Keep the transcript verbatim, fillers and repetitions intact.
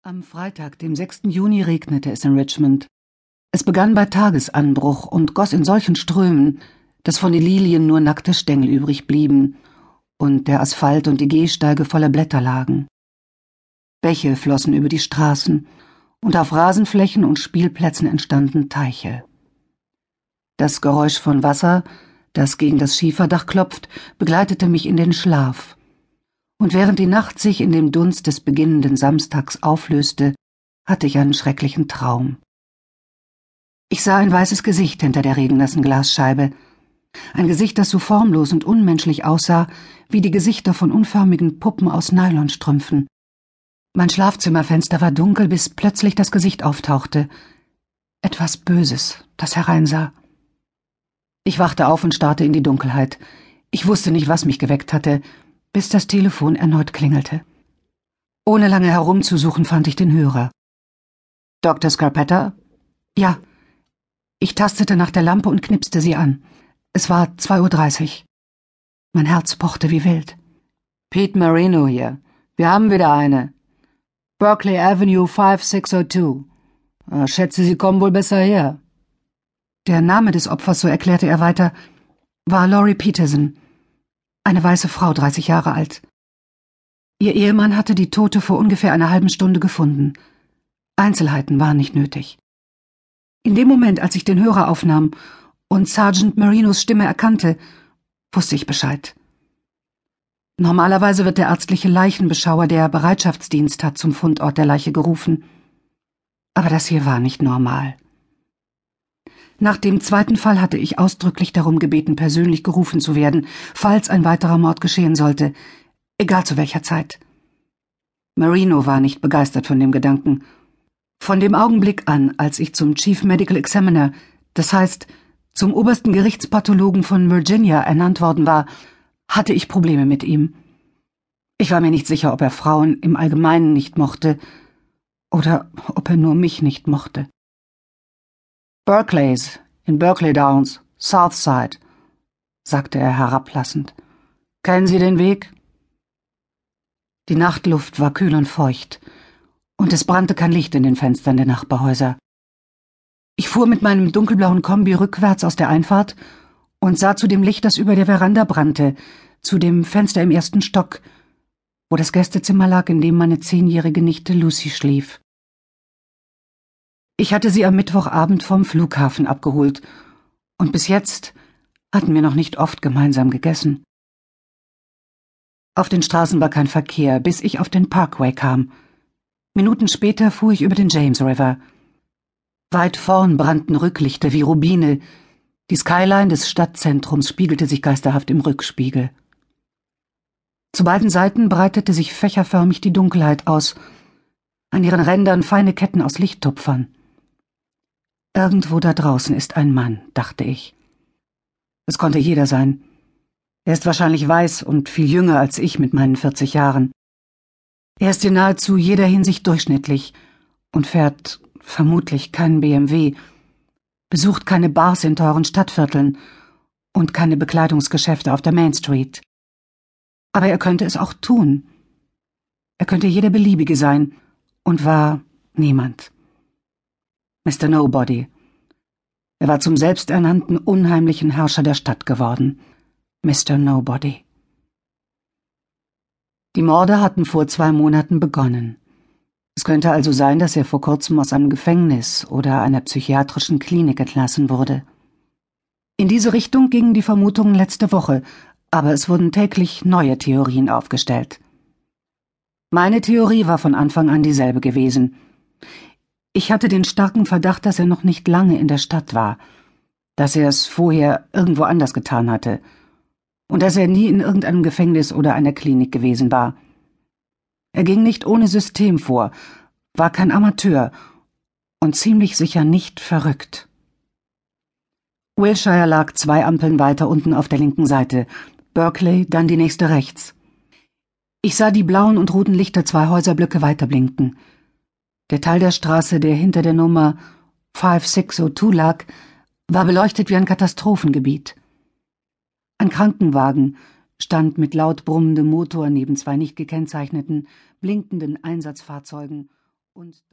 Am Freitag, dem sechsten Juni, regnete es in Richmond. Es begann bei Tagesanbruch und goss in solchen Strömen, dass von den Lilien nur nackte Stängel übrig blieben und der Asphalt und die Gehsteige voller Blätter lagen. Bäche flossen über die Straßen und auf Rasenflächen und Spielplätzen entstanden Teiche. Das Geräusch von Wasser, das gegen das Schieferdach klopft, begleitete mich in den Schlaf. Und während die Nacht sich in dem Dunst des beginnenden Samstags auflöste, hatte ich einen schrecklichen Traum. Ich sah ein weißes Gesicht hinter der regennassen Glasscheibe, ein Gesicht, das so formlos und unmenschlich aussah, wie die Gesichter von unförmigen Puppen aus Nylonstrümpfen. Mein Schlafzimmerfenster war dunkel, bis plötzlich das Gesicht auftauchte. Etwas Böses, das hereinsah. Ich wachte auf und starrte in die Dunkelheit. Ich wusste nicht, was mich geweckt hatte, bis das Telefon erneut klingelte. Ohne lange herumzusuchen, fand ich den Hörer. Doktor Scarpetta? Ja. Ich tastete nach der Lampe und knipste sie an. Es war zwei Uhr dreißig. Mein Herz pochte wie wild. Pete Marino hier. Wir haben wieder eine. Berkeley Avenue five six oh two. Schätze, Sie kommen wohl besser her. Der Name des Opfers, so erklärte er weiter, war Laurie Peterson. Eine weiße Frau, dreißig Jahre alt. Ihr Ehemann hatte die Tote vor ungefähr einer halben Stunde gefunden. Einzelheiten waren nicht nötig. In dem Moment, als ich den Hörer aufnahm und Sergeant Marinos Stimme erkannte, wusste ich Bescheid. Normalerweise wird der ärztliche Leichenbeschauer, der Bereitschaftsdienst hat, zum Fundort der Leiche gerufen. Aber das hier war nicht normal. Nach dem zweiten Fall hatte ich ausdrücklich darum gebeten, persönlich gerufen zu werden, falls ein weiterer Mord geschehen sollte, egal zu welcher Zeit. Marino war nicht begeistert von dem Gedanken. Von dem Augenblick an, als ich zum Chief Medical Examiner, das heißt zum obersten Gerichtspathologen von Virginia, ernannt worden war, hatte ich Probleme mit ihm. Ich war mir nicht sicher, ob er Frauen im Allgemeinen nicht mochte oder ob er nur mich nicht mochte. Berkeleys, in Berkeley Downs, Southside, sagte er herablassend. Kennen Sie den Weg? Die Nachtluft war kühl und feucht, und es brannte kein Licht in den Fenstern der Nachbarhäuser. Ich fuhr mit meinem dunkelblauen Kombi rückwärts aus der Einfahrt und sah zu dem Licht, das über der Veranda brannte, zu dem Fenster im ersten Stock, wo das Gästezimmer lag, in dem meine zehnjährige Nichte Lucy schlief. Ich hatte sie am Mittwochabend vom Flughafen abgeholt, und bis jetzt hatten wir noch nicht oft gemeinsam gegessen. Auf den Straßen war kein Verkehr, bis ich auf den Parkway kam. Minuten später fuhr ich über den James River. Weit vorn brannten Rücklichter wie Rubine. Die Skyline des Stadtzentrums spiegelte sich geisterhaft im Rückspiegel. Zu beiden Seiten breitete sich fächerförmig die Dunkelheit aus, an ihren Rändern feine Ketten aus Lichttupfern. Irgendwo da draußen ist ein Mann, dachte ich. Es konnte jeder sein. Er ist wahrscheinlich weiß und viel jünger als ich mit meinen vierzig Jahren. Er ist in nahezu jeder Hinsicht durchschnittlich und fährt vermutlich keinen B M W, besucht keine Bars in teuren Stadtvierteln und keine Bekleidungsgeschäfte auf der Main Street. Aber er könnte es auch tun. Er könnte jeder Beliebige sein und war niemand. Mister Nobody. Er war zum selbsternannten, unheimlichen Herrscher der Stadt geworden. Mister Nobody. Die Morde hatten vor zwei Monaten begonnen. Es könnte also sein, dass er vor kurzem aus einem Gefängnis oder einer psychiatrischen Klinik entlassen wurde. In diese Richtung gingen die Vermutungen letzte Woche, aber es wurden täglich neue Theorien aufgestellt. Meine Theorie war von Anfang an dieselbe gewesen. Ich hatte den starken Verdacht, dass er noch nicht lange in der Stadt war, dass er es vorher irgendwo anders getan hatte und dass er nie in irgendeinem Gefängnis oder einer Klinik gewesen war. Er ging nicht ohne System vor, war kein Amateur und ziemlich sicher nicht verrückt. Wilshire lag zwei Ampeln weiter unten auf der linken Seite, Berkeley dann die nächste rechts. Ich sah die blauen und roten Lichter zwei Häuserblöcke weiter blinken. Der Teil der Straße, der hinter der Nummer five six oh two lag, war beleuchtet wie ein Katastrophengebiet. Ein Krankenwagen stand mit laut brummendem Motor neben zwei nicht gekennzeichneten, blinkenden Einsatzfahrzeugen und